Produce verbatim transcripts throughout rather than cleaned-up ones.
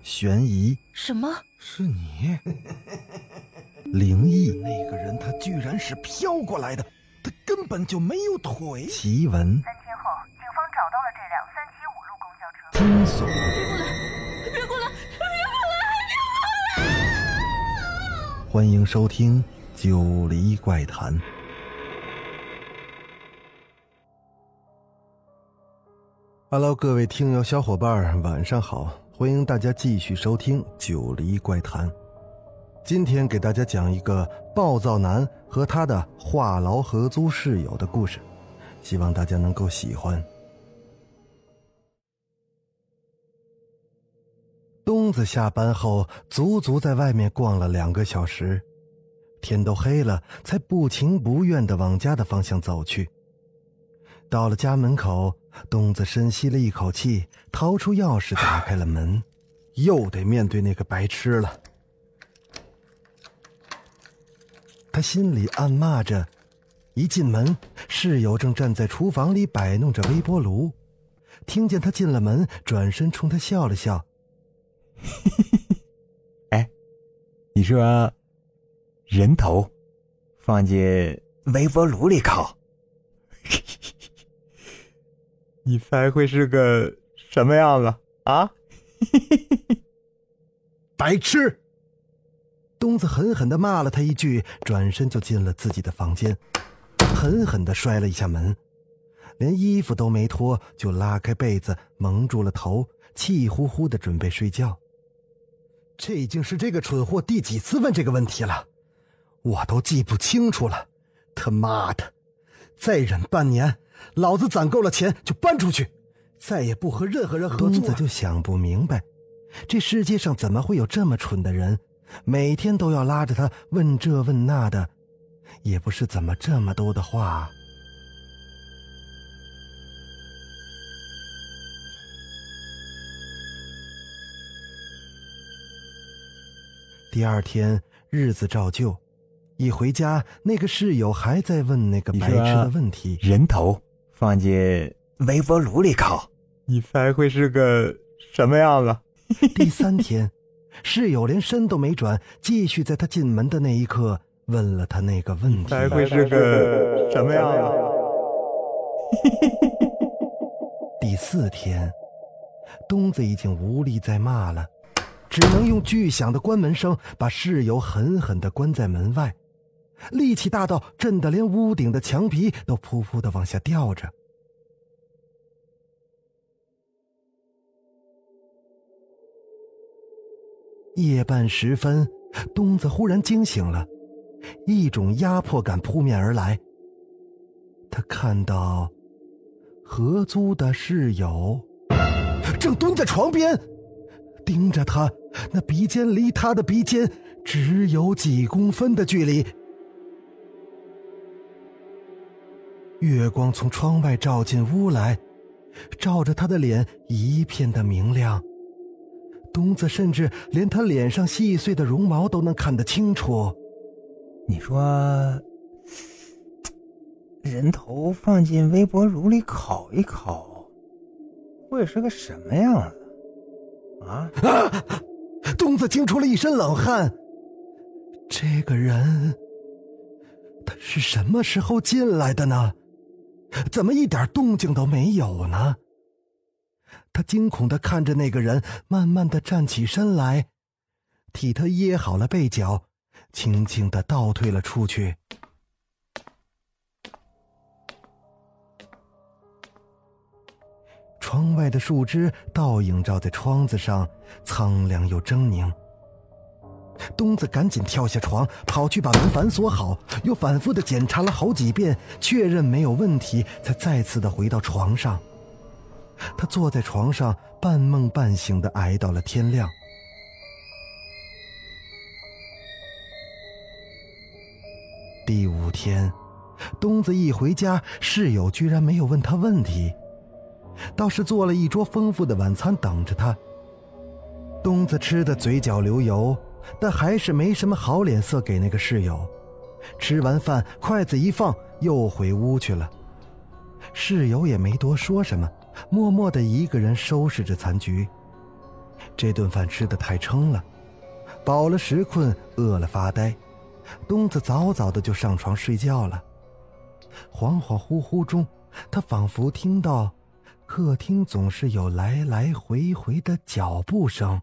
悬疑， 什么？ 是你？ 灵异， 那个人他居然是飘过来的，他根本就没有腿。 奇闻， 三天后，警方找到了这辆三七五路公交车。 惊悚， 别过来！别过来！别过来！别过来！ 欢迎收听《九黎怪谈》。Hello， 各位听友小伙伴，晚上好！欢迎大家继续收听《九黎怪谈》。今天给大家讲一个暴躁男和他的话痨合租室友的故事，希望大家能够喜欢。东子下班后足足在外面逛了两个小时，天都黑了，才不情不愿地往家的方向走去。到了家门口，东子深吸了一口气，掏出钥匙打开了门，又得面对那个白痴了。他心里暗骂着，一进门，室友正站在厨房里摆弄着微波炉，听见他进了门，转身冲他笑了笑。 哎，你说人头放进微波炉里烤，你猜会是个什么样子啊？ 白痴！东子狠狠地骂了他一句，转身就进了自己的房间，狠狠地摔了一下门，连衣服都没脱，就拉开被子蒙住了头，气呼呼地准备睡觉。这已经是这个蠢货第几次问这个问题了，我都记不清楚了。他妈的，再忍半年，老子攒够了钱就搬出去，再也不和任何人合作。东子就想不明白，这世界上怎么会有这么蠢的人，每天都要拉着他问这问那的，也不是怎么这么多的话。第二天日子照旧，一回家，那个室友还在问那个白痴的问题。 人头放进微波炉里烤，你猜会是个什么样子？ 第三天，室友连身都没转，继续在他进门的那一刻问了他那个问题。 猜会是个什么样子？ 第四天，东子已经无力再骂了，只能用巨响的关门声把室友狠狠地关在门外，力气大到震得连屋顶的墙皮都噗噗地往下掉着。夜半时分，东子忽然惊醒了，一种压迫感扑面而来。他看到合租的室友正蹲在床边，盯着他，那鼻尖离他的鼻尖只有几公分的距离。月光从窗外照进屋来，照着他的脸一片的明亮。东子甚至连他脸上细碎的绒毛都能看得清楚。 你说人头放进微波炉里烤一烤，会是个什么样子啊？ 啊！东子惊出了一身冷汗。这个人，他是什么时候进来的呢？怎么一点动静都没有呢？他惊恐地看着那个人慢慢地站起身来，替他掖好了被角，轻轻地倒退了出去。窗外的树枝倒影照在窗子上，苍凉又狰狞。东子赶紧跳下床，跑去把门反锁好，又反复地检查了好几遍，确认没有问题，才再次地回到床上。他坐在床上，半梦半醒地挨到了天亮。第五天，东子一回家，室友居然没有问他问题，倒是做了一桌丰富的晚餐等着他。东子吃得嘴角流油，但还是没什么好脸色给那个室友。吃完饭，筷子一放，又回屋去了。室友也没多说什么，默默地一个人收拾着残局。 这顿饭吃得太撑了，饱了时困，饿了发呆，东子早早的就上床睡觉了。恍恍惚惚中，他仿佛听到客厅总是有来来回回的脚步声。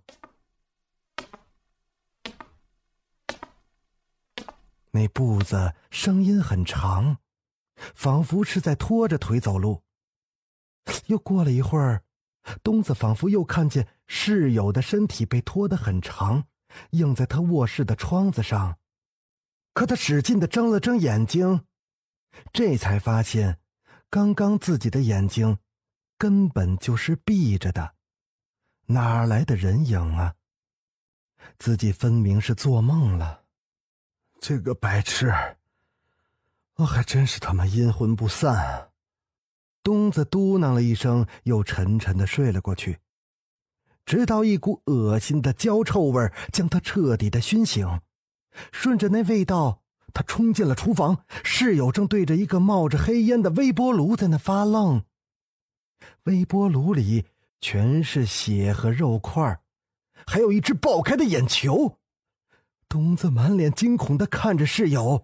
那步子声音很长，仿佛是在拖着腿走路。又过了一会儿，东子仿佛又看见室友的身体被拖得很长，映在他卧室的窗子上。可他使劲地睁了睁眼睛，这才发现刚刚自己的眼睛根本就是闭着的，哪来的人影啊？自己分明是做梦了。这个白痴，我还真是他妈阴魂不散啊！东子嘟囔了一声，又沉沉地睡了过去，直到一股恶心的焦臭味将他彻底的熏醒。顺着那味道，他冲进了厨房，室友正对着一个冒着黑烟的微波炉在那发愣。微波炉里全是血和肉块，还有一只爆开的眼球。东子满脸惊恐地看着室友。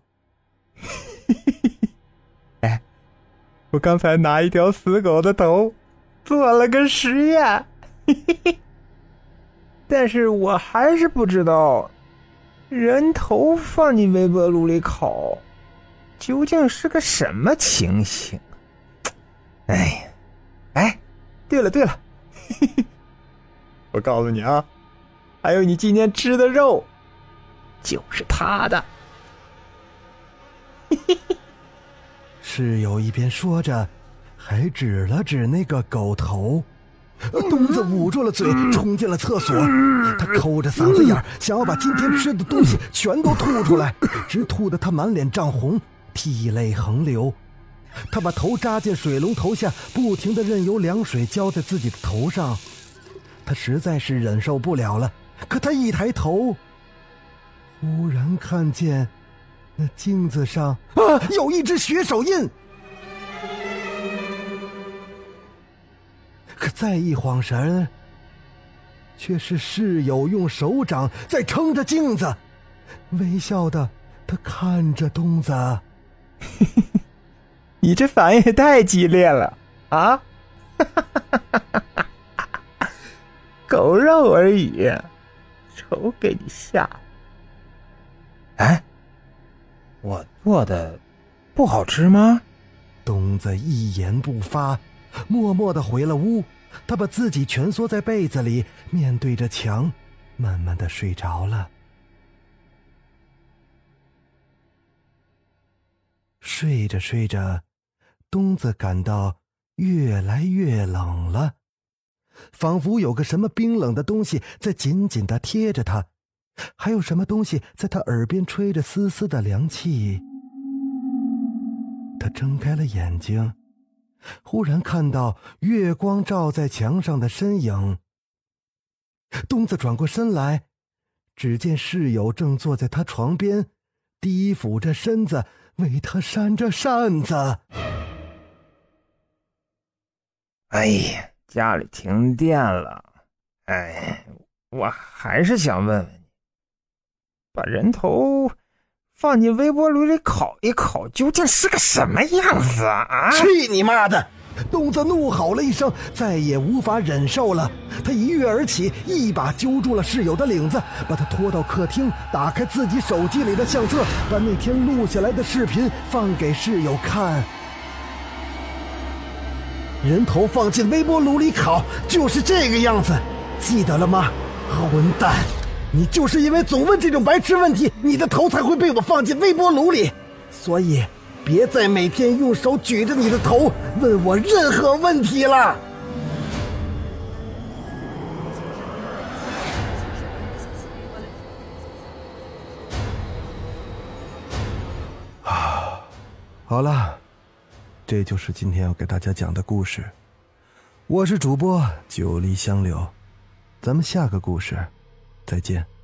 哎，我刚才拿一条死狗的头做了个实验，但是我还是不知道人头放进微波炉里烤究竟是个什么情形。哎，哎，对了对了，我告诉你啊，还有你今天吃的肉就是他的。 室友一边说着，还指了指那个狗头。东子捂住了嘴，冲进了厕所。他抠着嗓子眼，想要把今天吃的东西全都吐出来，直吐得他满脸涨红，涕泪横流。他把头扎进水龙头下，不停地任由凉水浇在自己的头上。他实在是忍受不了了，可他一抬头，忽然看见那镜子上啊，有一只血手印。可再一晃神，却是室友用手掌在撑着镜子，微笑的他看着东子。 你这反应也太激烈了啊！狗肉而已，瞅给你吓！哎，我做的不好吃吗？ 东子一言不发，默默地回了屋。他把自己蜷缩在被子里，面对着墙，慢慢地睡着了。睡着睡着，东子感到越来越冷了，仿佛有个什么冰冷的东西在紧紧地贴着他，还有什么东西在他耳边吹着丝丝的凉气。他睁开了眼睛，忽然看到月光照在墙上的身影。东子转过身来，只见室友正坐在他床边，低俯着身子为他扇着扇子。 哎呀，家里停电了。哎，我还是想问问你，把人头放进微波炉里烤一烤，究竟是个什么样子啊？ 去你妈的！东子怒吼了一声，再也无法忍受了。他一跃而起，一把揪住了室友的领子，把他拖到客厅，打开自己手机里的相册，把那天录下来的视频放给室友看。人头放进微波炉里烤，就是这个样子，记得了吗？混蛋！你就是因为总问这种白痴问题，你的头才会被我放进微波炉里。所以别再每天用手举着你的头问我任何问题了。啊，好了，这就是今天要给大家讲的故事。我是主播九黎香柳，咱们下个故事再见。